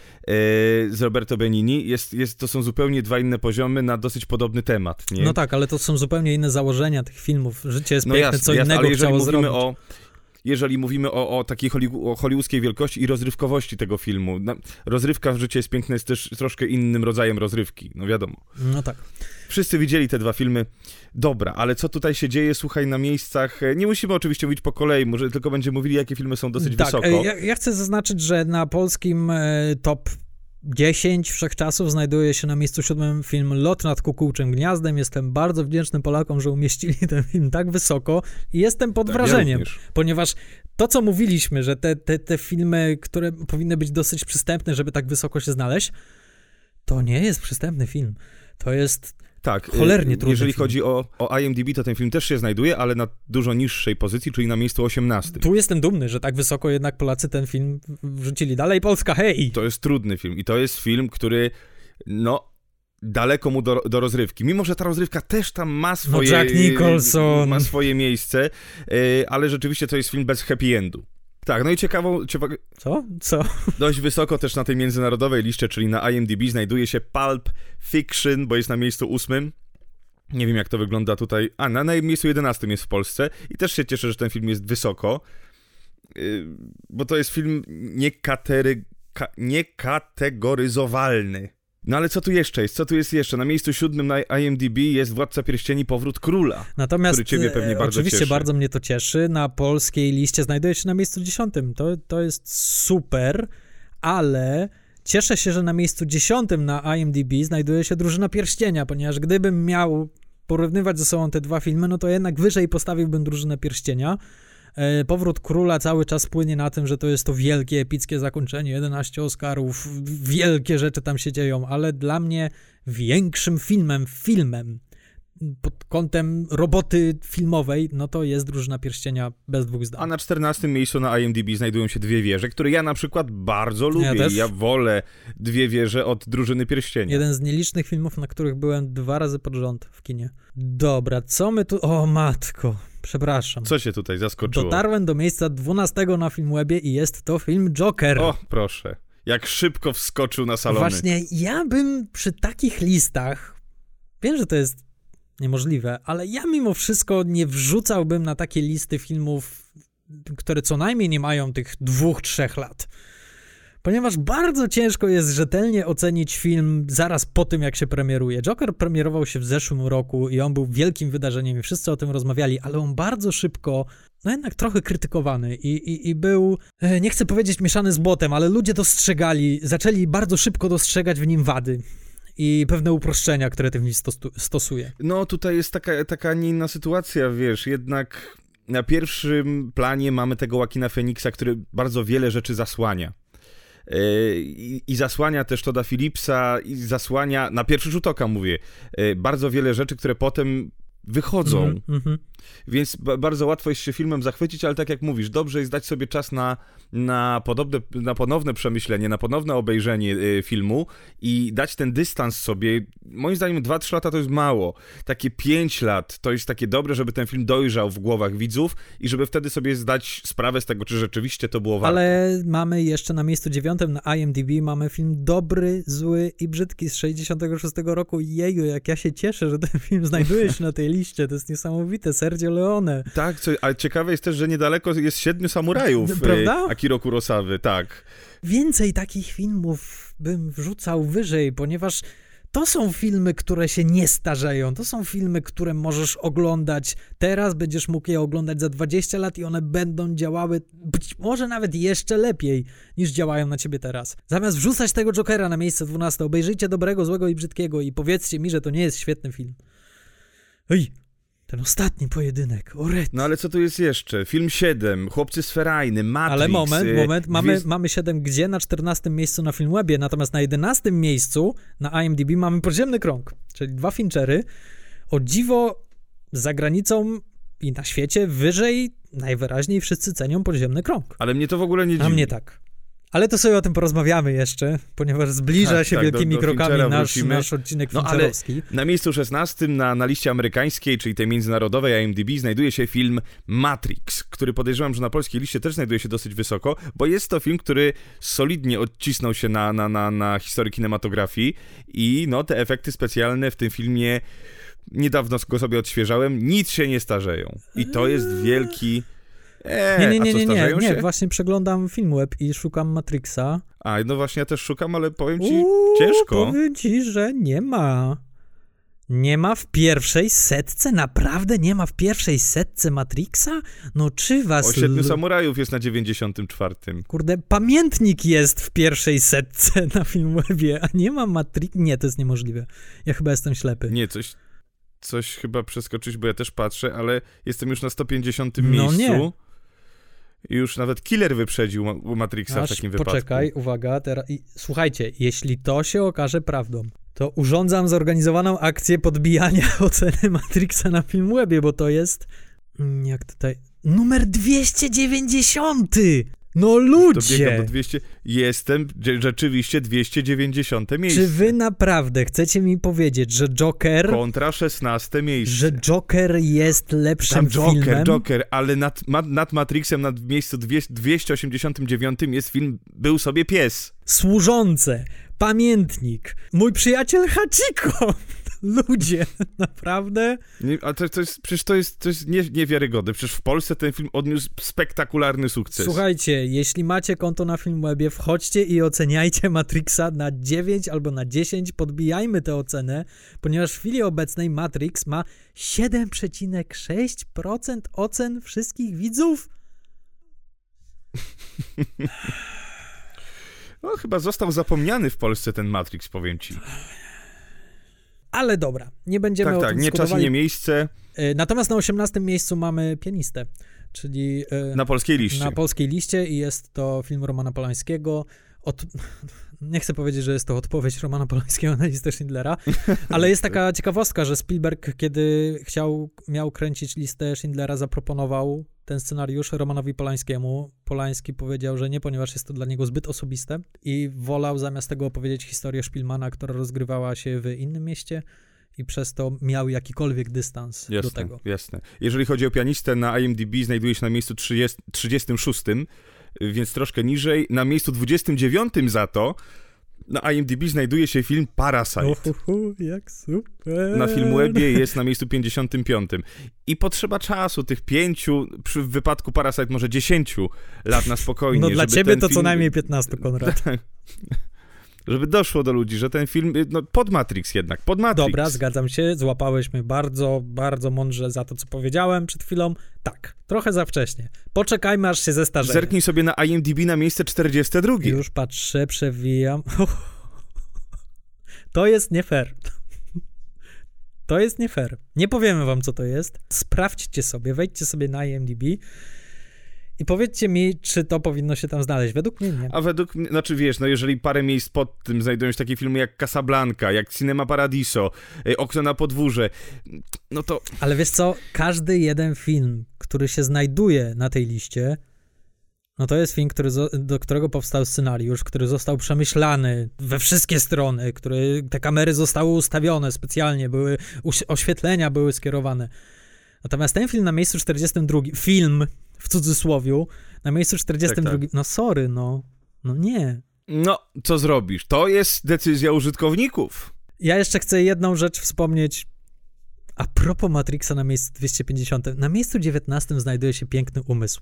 z Roberto Benigni, jest, jest, to są zupełnie dwa inne poziomy na dosyć podobny temat, nie? No tak, ale to są zupełnie inne założenia tych filmów. Życie jest no piękne, jasne, co jasne, innego ale jeżeli chciało mówimy zrobić. o Jeżeli mówimy o, o takiej hollywood, o hollywoodzkiej wielkości i rozrywkowości tego filmu, no, rozrywka w Życie jest piękne jest też troszkę innym rodzajem rozrywki, no wiadomo. No tak. Wszyscy widzieli te dwa filmy. Dobra, ale co tutaj się dzieje, słuchaj, na miejscach... Nie musimy oczywiście mówić po kolei, może tylko będziemy mówili, jakie filmy są dosyć tak, wysoko. Ja, ja chcę zaznaczyć, że na polskim e, top dziesięć wszechczasów znajduje się na miejscu siódmym film Lot nad kukułczym gniazdem. Jestem bardzo wdzięczny Polakom, że umieścili ten film tak wysoko i jestem pod tak, wrażeniem, ja ponieważ to, co mówiliśmy, że te, te, te filmy, które powinny być dosyć przystępne, żeby tak wysoko się znaleźć, to nie jest przystępny film. To jest... Tak, cholernie trudny jeżeli film. chodzi o, o I M D B, to ten film też się znajduje, ale na dużo niższej pozycji, czyli na miejscu osiemnastym. Tu jestem dumny, że tak wysoko jednak Polacy ten film wrzucili. Dalej Polska, hej! To jest trudny film i to jest film, który, no, daleko mu do, do rozrywki. Mimo że ta rozrywka też tam ma swoje... No Jack Nicholson. Ma swoje miejsce, ale rzeczywiście to jest film bez happy endu. Tak, no i ciekawą... ciekawa... Co? Co? Dość wysoko też na tej międzynarodowej liście, czyli na I M D B, znajduje się Pulp Fiction, bo jest na miejscu ósmym. Nie wiem, jak to wygląda tutaj. A, na, na miejscu jedenastym jest w Polsce. I też się cieszę, że ten film jest wysoko, yy, bo to jest film niekatery... ka... niekategoryzowalny. No ale co tu jeszcze jest? Co tu jest jeszcze? Na miejscu siódmym na I M D B jest Władca Pierścieni Powrót Króla, Natomiast, który ciebie pewnie bardzo oczywiście cieszy. bardzo mnie to cieszy. Na polskiej liście znajduje się na miejscu dziesiątym. To, to jest super, ale cieszę się, że na miejscu dziesiątym na I M D B znajduje się Drużyna Pierścienia, ponieważ gdybym miał porównywać ze sobą te dwa filmy, no to jednak wyżej postawiłbym Drużynę Pierścienia. Powrót Króla cały czas płynie na tym, że to jest to wielkie, epickie zakończenie, jedenaście Oscarów, wielkie rzeczy tam się dzieją, ale dla mnie większym filmem, filmem pod kątem roboty filmowej, no to jest Drużyna Pierścienia bez dwóch zdań. A na czternastym miejscu na I M D B znajdują się Dwie wieże, które ja na przykład bardzo lubię. Ja też. Ja wolę Dwie wieże od Drużyny Pierścienia. Jeden z nielicznych filmów, na których byłem dwa razy pod rząd w kinie. Dobra, co my tu... O matko, przepraszam. Co się tutaj zaskoczyło? Dotarłem do miejsca dwunastego na Filmwebie i jest to film Joker. O, proszę. Jak szybko wskoczył na salony. Właśnie, ja bym przy takich listach... Wiem, że to jest niemożliwe, ale ja mimo wszystko nie wrzucałbym na takie listy filmów, które co najmniej nie mają tych dwóch, trzech lat. Ponieważ bardzo ciężko jest rzetelnie ocenić film zaraz po tym, jak się premieruje. Joker premierował się w zeszłym roku i on był wielkim wydarzeniem i wszyscy o tym rozmawiali, ale on bardzo szybko, no jednak trochę krytykowany i, i, i był, nie chcę powiedzieć mieszany z błotem, ale ludzie dostrzegali, zaczęli bardzo szybko dostrzegać w nim wady i pewne uproszczenia, które ten film stosuje. No tutaj jest taka, taka nie inna sytuacja, wiesz, jednak na pierwszym planie mamy tego Joaquina Phoenixa, który bardzo wiele rzeczy zasłania. I, i zasłania też Todda Phillipsa, i zasłania, na pierwszy rzut oka mówię, bardzo wiele rzeczy, które potem wychodzą. Mm, mm-hmm. Więc b- bardzo łatwo jest się filmem zachwycić, ale tak jak mówisz, dobrze jest dać sobie czas na, na, podobne, na ponowne przemyślenie, na ponowne obejrzenie y, filmu i dać ten dystans sobie. Moim zdaniem dwa trzy lata to jest mało. Takie pięć lat to jest takie dobre, żeby ten film dojrzał w głowach widzów i żeby wtedy sobie zdać sprawę z tego, czy rzeczywiście to było warte. Ale mamy jeszcze na miejscu dziewiątym na I M D B mamy film Dobry, Zły i Brzydki z sześćdziesiątego szóstego roku. Jeju, jak ja się cieszę, że ten film znajduje się na tej liście. To jest niesamowite. Sergio Leone. Tak, co, ale ciekawe jest też, że niedaleko jest Siedmiu Samurajów. Prawda? Akiro Kurosawy, tak. Więcej takich filmów bym wrzucał wyżej, ponieważ to są filmy, które się nie starzeją. To są filmy, które możesz oglądać teraz, będziesz mógł je oglądać za dwadzieścia lat i one będą działały być może nawet jeszcze lepiej niż działają na ciebie teraz. Zamiast wrzucać tego Jokera na miejsce dwunaste, obejrzyjcie Dobrego, Złego i Brzydkiego i powiedzcie mi, że to nie jest świetny film. Ej, ten ostatni pojedynek, o rety. No ale co tu jest jeszcze? Film siedem, Chłopcy z Ferajny, Matrix. Ale moment, moment, mamy, Gwiezd... mamy siedem gdzie? Na czternastym miejscu na Filmwebie, natomiast na jedenastym miejscu na I M D B mamy Podziemny Krąg, czyli dwa Finchery. O dziwo za granicą i na świecie wyżej najwyraźniej wszyscy cenią Podziemny Krąg. Ale mnie to w ogóle nie dziwi. A mnie tak. Ale to sobie o tym porozmawiamy jeszcze, ponieważ zbliża tak, się tak, wielkimi do, do krokami nasz, nasz odcinek no, fincherowski. Ale na miejscu szesnastym na, na liście amerykańskiej, czyli tej międzynarodowej I M D B, znajduje się film Matrix, który podejrzewam, że na polskiej liście też znajduje się dosyć wysoko, bo jest to film, który solidnie odcisnął się na, na, na, na historii kinematografii i no te efekty specjalne w tym filmie, niedawno go sobie odświeżałem, nic się nie starzeją. I to jest wielki... Eee, nie, nie, nie, a co, nie, nie, nie, się? właśnie przeglądam Filmweb i szukam Matrixa. A, no właśnie ja też szukam, ale powiem ci, Uuu, ciężko. Powiem ci, że nie ma. Nie ma w pierwszej setce? Naprawdę nie ma w pierwszej setce Matrixa? No czy was... O Siedmiu Samurajów jest na dziewięćdziesiątym czwartym. Kurde, pamiętnik jest w pierwszej setce na Filmwebie, a nie ma Matrix... Nie, to jest niemożliwe. Ja chyba jestem ślepy. Nie, coś... Coś chyba przeskoczyć, bo ja też patrzę, ale jestem już na sto pięćdziesiątym no miejscu. Nie. I już nawet Killer wyprzedził Ma- Matrixa Aż w takim poczekaj, wypadku. Poczekaj, uwaga, teraz... I, słuchajcie, jeśli to się okaże prawdą, to urządzam zorganizowaną akcję podbijania oceny Matrixa na Filmwebie, bo to jest... Jak tutaj... Numer dwieście dziewięćdziesiąty! No ludzie! To biegam do dwieście. Jestem rzeczywiście dwieście dziewięćdziesiąte miejsce. Czy wy naprawdę chcecie mi powiedzieć, że Joker... Kontra szesnaste miejsce. Że Joker jest lepszym Tam Joker, filmem? Joker, ale nad, ma, nad Matrixem, nad miejscu dwieście osiemdziesiątym dziewiątym jest film Był sobie pies. Służące, pamiętnik, mój przyjaciel Hachiko. Ludzie, naprawdę? Nie, a to, to jest, przecież to jest, to jest nie, niewiarygodne. Przecież w Polsce ten film odniósł spektakularny sukces. Słuchajcie, jeśli macie konto na Filmwebie, wchodźcie i oceniajcie Matrixa na dziewięć albo na dziesięć, podbijajmy tę ocenę, ponieważ w chwili obecnej Matrix ma siedem przecinek sześć procent ocen wszystkich widzów. No chyba został zapomniany w Polsce ten Matrix, powiem ci. Ale dobra, nie będziemy tak, o tak, tym nie czas i nie miejsce. Natomiast na osiemnastym miejscu mamy Pianistę, czyli... Na polskiej liście. Na polskiej liście i jest to film Romana Polańskiego. Od... Nie chcę powiedzieć, że jest to odpowiedź Romana Polańskiego na listę Schindlera, ale jest taka ciekawostka, że Spielberg, kiedy chciał, miał kręcić listę Schindlera, zaproponował ten scenariusz Romanowi Polańskiemu. Polański powiedział, że nie, ponieważ jest to dla niego zbyt osobiste i wolał zamiast tego opowiedzieć historię Szpilmana, która rozgrywała się w innym mieście i przez to miał jakikolwiek dystans jasne, do tego. Jasne. Jeżeli chodzi o Pianistę, na I M D B znajduje się na miejscu trzydziestym szóstym, więc troszkę niżej. Na miejscu dwudziestym dziewiątym za to na I M D B znajduje się film Parasite. Uhuhu, jak super. Na Filmwebie jest na miejscu pięćdziesiątym piątym. I potrzeba czasu, tych pięciu, przy w wypadku Parasite może dziesięciu lat na spokojnie. No dla żeby ciebie ten to film... co najmniej piętnaście, Konrad. Żeby doszło do ludzi, że ten film, no pod Matrix jednak, pod Matrix. Dobra, zgadzam się, złapałeś mnie bardzo, bardzo mądrze za to, co powiedziałem przed chwilą. Tak, trochę za wcześnie. Poczekajmy, aż się zestarzeje. Zerknij sobie na I M D B na miejsce czterdzieste drugie. Już patrzę, przewijam. To jest nie fair. To jest nie fair. Nie powiemy wam, co to jest. Sprawdźcie sobie, wejdźcie sobie na I M D B i powiedzcie mi, czy to powinno się tam znaleźć. Według mnie nie. A według mnie, znaczy wiesz, no jeżeli parę miejsc pod tym znajdują się takie filmy jak Casablanca, jak Cinema Paradiso, Okno na podwórze, no to... Ale wiesz co, każdy jeden film, który się znajduje na tej liście, no to jest film, który, do którego powstał scenariusz, który został przemyślany we wszystkie strony, który, te kamery zostały ustawione specjalnie, były, oświetlenia były skierowane. Natomiast ten film na miejscu czterdziestym drugim, film w cudzysłowiu, na miejscu czterdziestym drugim, tak, tak. No sorry, no, no nie. No, co zrobisz? To jest decyzja użytkowników. Ja jeszcze chcę jedną rzecz wspomnieć. A propos Matrixa na miejscu dwieście pięćdziesiątym. Na miejscu dziewiętnastym znajduje się Piękny umysł.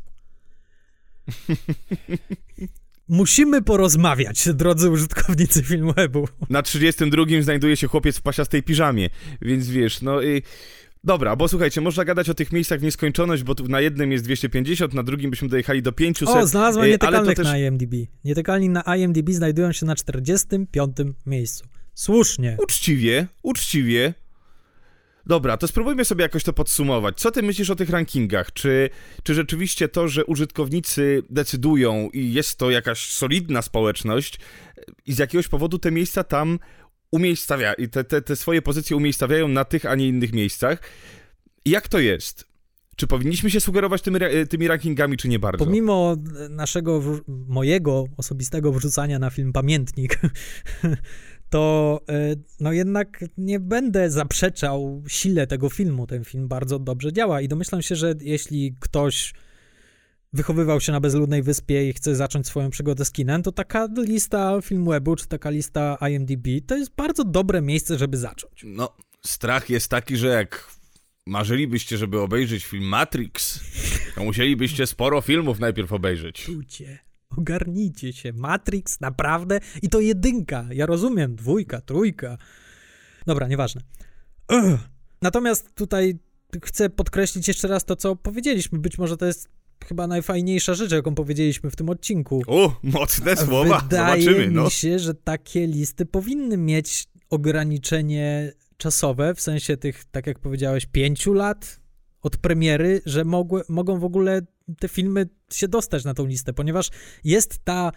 Musimy porozmawiać, drodzy użytkownicy Filmwebu. Na trzydziestym drugim znajduje się Chłopiec w pasiastej piżamie, więc wiesz, no i... Dobra, bo słuchajcie, można gadać o tych miejscach w nieskończoność, bo tu na jednym jest dwieście pięćdziesiąt, na drugim byśmy dojechali do pięćset. O, znalazłem Nietykalnych też... na I M D B. Nietykalni na I M D B znajdują się na czterdziestym piątym miejscu. Słusznie. Uczciwie, uczciwie. Dobra, to spróbujmy sobie jakoś to podsumować. Co ty myślisz o tych rankingach? Czy, czy rzeczywiście to, że użytkownicy decydują i jest to jakaś solidna społeczność i z jakiegoś powodu te miejsca tam umiejscawia, i te, te, te swoje pozycje umiejscawiają na tych, a nie innych miejscach. Jak to jest? Czy powinniśmy się sugerować tymi, tymi rankingami, czy nie bardzo? Pomimo naszego, mojego osobistego wrzucania na film Pamiętnik, to no jednak nie będę zaprzeczał sile tego filmu. Ten film bardzo dobrze działa i domyślam się, że jeśli ktoś wychowywał się na bezludnej wyspie i chce zacząć swoją przygodę z kinem, to taka lista Filmwebu, czy taka lista I M D B, to jest bardzo dobre miejsce, żeby zacząć. No, strach jest taki, że jak marzylibyście, żeby obejrzeć film Matrix, to musielibyście sporo filmów najpierw obejrzeć. Czujcie, ogarnijcie się. Matrix, naprawdę? I to jedynka. Ja rozumiem, dwójka, trójka. Dobra, nieważne. Ugh. Natomiast tutaj chcę podkreślić jeszcze raz to, co powiedzieliśmy. Być może to jest chyba najfajniejsza rzecz, jaką powiedzieliśmy w tym odcinku. O, mocne słowa. Wydaje Zobaczymy, no. mi się, że takie listy powinny mieć ograniczenie czasowe, w sensie tych, tak jak powiedziałeś, pięciu lat od premiery, że mogły, mogą w ogóle te filmy się dostać na tą listę, ponieważ jest ta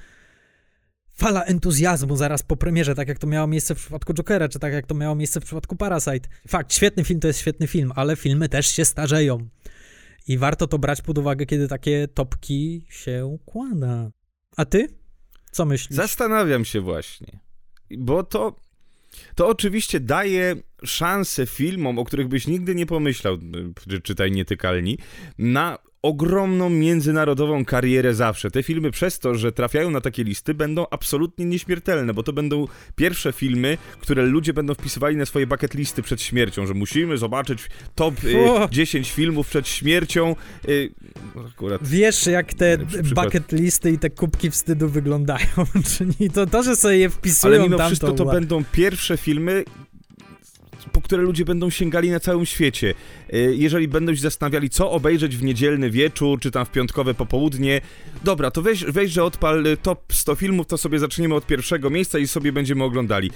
fala entuzjazmu zaraz po premierze, tak jak to miało miejsce w przypadku Jokera, czy tak jak to miało miejsce w przypadku Parasite. Fakt, świetny film to jest świetny film, ale filmy też się starzeją. I warto to brać pod uwagę, kiedy takie topki się układa. A ty? Co myślisz? Zastanawiam się właśnie, bo to, to oczywiście daje szansę filmom, o których byś nigdy nie pomyślał, czytaj Nietykalni, na ogromną międzynarodową karierę zawsze. Te filmy przez to, że trafiają na takie listy, będą absolutnie nieśmiertelne, bo to będą pierwsze filmy, które ludzie będą wpisywali na swoje bucket listy przed śmiercią, że musimy zobaczyć top y, dziesięć filmów przed śmiercią. Y, akurat Wiesz, jak te bucket listy i te kubki wstydu wyglądają, czyli to, to że sobie je wpisują tam. Ale mimo tam wszystko to, to będą pierwsze filmy, po które ludzie będą sięgali na całym świecie. Jeżeli będą się zastanawiali, co obejrzeć w niedzielny wieczór, czy tam w piątkowe popołudnie, dobra, to weź, weź że odpal top sto filmów, to sobie zaczniemy od pierwszego miejsca i sobie będziemy oglądali.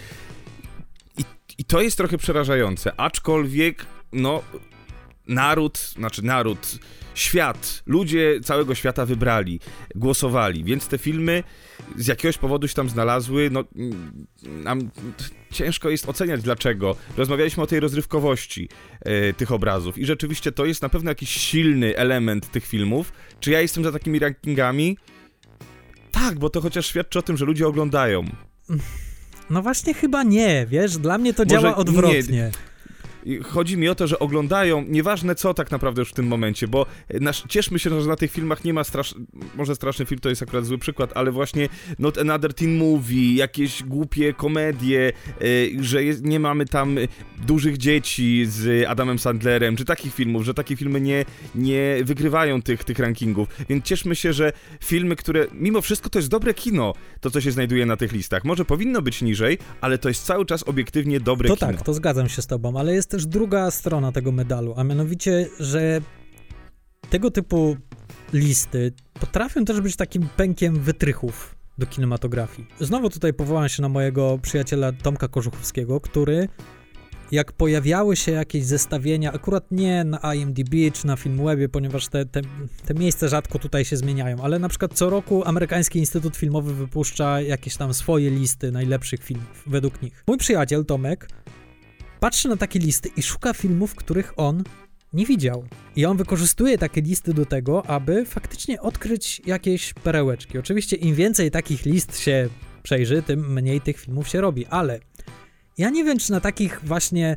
I, i to jest trochę przerażające, aczkolwiek, no, naród, znaczy naród, świat, ludzie całego świata wybrali, głosowali, więc te filmy z jakiegoś powodu się tam znalazły, no nam ciężko jest oceniać dlaczego. Rozmawialiśmy o tej rozrywkowości e, tych obrazów i rzeczywiście to jest na pewno jakiś silny element tych filmów. Czy ja jestem za takimi rankingami? Tak, bo to chociaż świadczy o tym, że ludzie oglądają. No właśnie chyba nie, wiesz, dla mnie to Może działa odwrotnie. Nie. Chodzi mi o to, że oglądają, nieważne co tak naprawdę już w tym momencie, bo nasz, cieszmy się, że na tych filmach nie ma strasz... może straszny film to jest akurat zły przykład, ale właśnie Not Another Teen Movie, jakieś głupie komedie, yy, że jest, nie mamy tam dużych dzieci z Adamem Sandlerem, czy takich filmów, że takie filmy nie, nie wygrywają tych, tych rankingów, więc cieszmy się, że filmy, które mimo wszystko to jest dobre kino, to co się znajduje na tych listach, może powinno być niżej, ale to jest cały czas obiektywnie dobre to kino. To tak, to zgadzam się z tobą, ale jest też druga strona tego medalu, a mianowicie, że tego typu listy potrafią też być takim pękiem wytrychów do kinematografii. Znowu tutaj powołam się na mojego przyjaciela Tomka Korzuchowskiego, który jak pojawiały się jakieś zestawienia, akurat nie na I M D B czy na Filmwebie, ponieważ te, te, te miejsca rzadko tutaj się zmieniają, ale na przykład co roku Amerykański Instytut Filmowy wypuszcza jakieś tam swoje listy najlepszych filmów, według nich. Mój przyjaciel Tomek patrzy na takie listy i szuka filmów, których on nie widział. I on wykorzystuje takie listy do tego, aby faktycznie odkryć jakieś perełeczki. Oczywiście im więcej takich list się przejrzy, tym mniej tych filmów się robi, ale ja nie wiem, czy na takich właśnie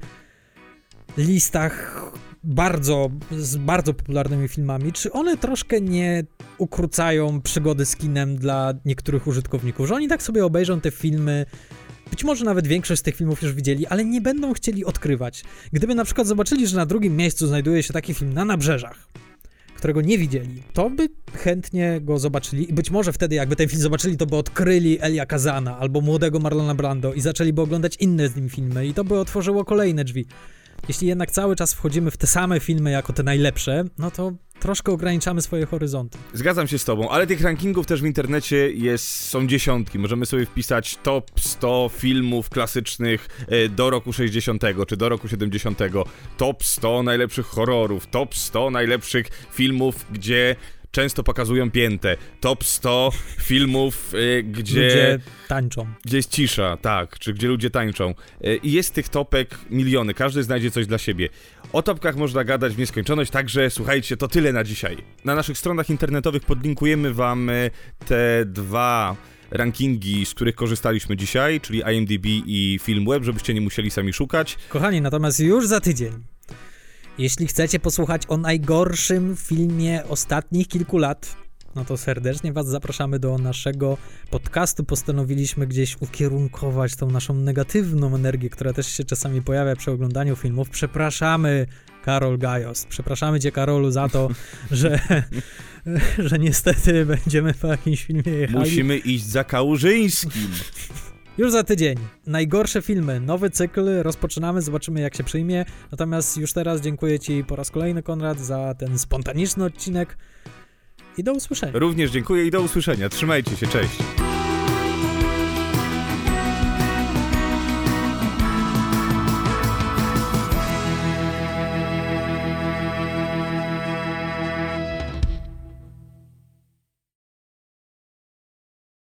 listach bardzo, z bardzo popularnymi filmami, czy one troszkę nie ukrócają przygody z kinem dla niektórych użytkowników, że oni tak sobie obejrzą te filmy. Być może nawet większość z tych filmów już widzieli, ale nie będą chcieli odkrywać. Gdyby na przykład zobaczyli, że na drugim miejscu znajduje się taki film Na Nabrzeżach, którego nie widzieli, to by chętnie go zobaczyli i być może wtedy, jakby ten film zobaczyli, to by odkryli Elia Kazana albo młodego Marlona Brando i zaczęliby oglądać inne z nim filmy i to by otworzyło kolejne drzwi. Jeśli jednak cały czas wchodzimy w te same filmy jako te najlepsze, no to troszkę ograniczamy swoje horyzonty. Zgadzam się z tobą, ale tych rankingów też w internecie jest, są dziesiątki. Możemy sobie wpisać top sto filmów klasycznych do roku sześćdziesiątego czy do roku siedemdziesiątego, top sto najlepszych horrorów, top sto najlepszych filmów, gdzie często pokazują piętę, top sto filmów, y, gdzie... Ludzie tańczą. Gdzie jest cisza, tak, czy gdzie ludzie tańczą. Y, I jest tych topek miliony, każdy znajdzie coś dla siebie. O topkach można gadać w nieskończoność, także słuchajcie, to tyle na dzisiaj. Na naszych stronach internetowych podlinkujemy wam te dwa rankingi, z których korzystaliśmy dzisiaj, czyli I M D B i Filmweb, żebyście nie musieli sami szukać. Kochani, natomiast już za tydzień, jeśli chcecie posłuchać o najgorszym filmie ostatnich kilku lat, no to serdecznie was zapraszamy do naszego podcastu. Postanowiliśmy gdzieś ukierunkować tą naszą negatywną energię, która też się czasami pojawia przy oglądaniu filmów. Przepraszamy, Karol Gajos. Przepraszamy cię, Karolu, za to, że, że niestety będziemy po jakimś filmie jechali. Musimy iść za Kałużyńskim. Już za tydzień. Najgorsze filmy. Nowy cykl. Rozpoczynamy. Zobaczymy, jak się przyjmie. Natomiast już teraz dziękuję ci po raz kolejny, Konrad, za ten spontaniczny odcinek. I do usłyszenia. Również dziękuję i do usłyszenia. Trzymajcie się, cześć.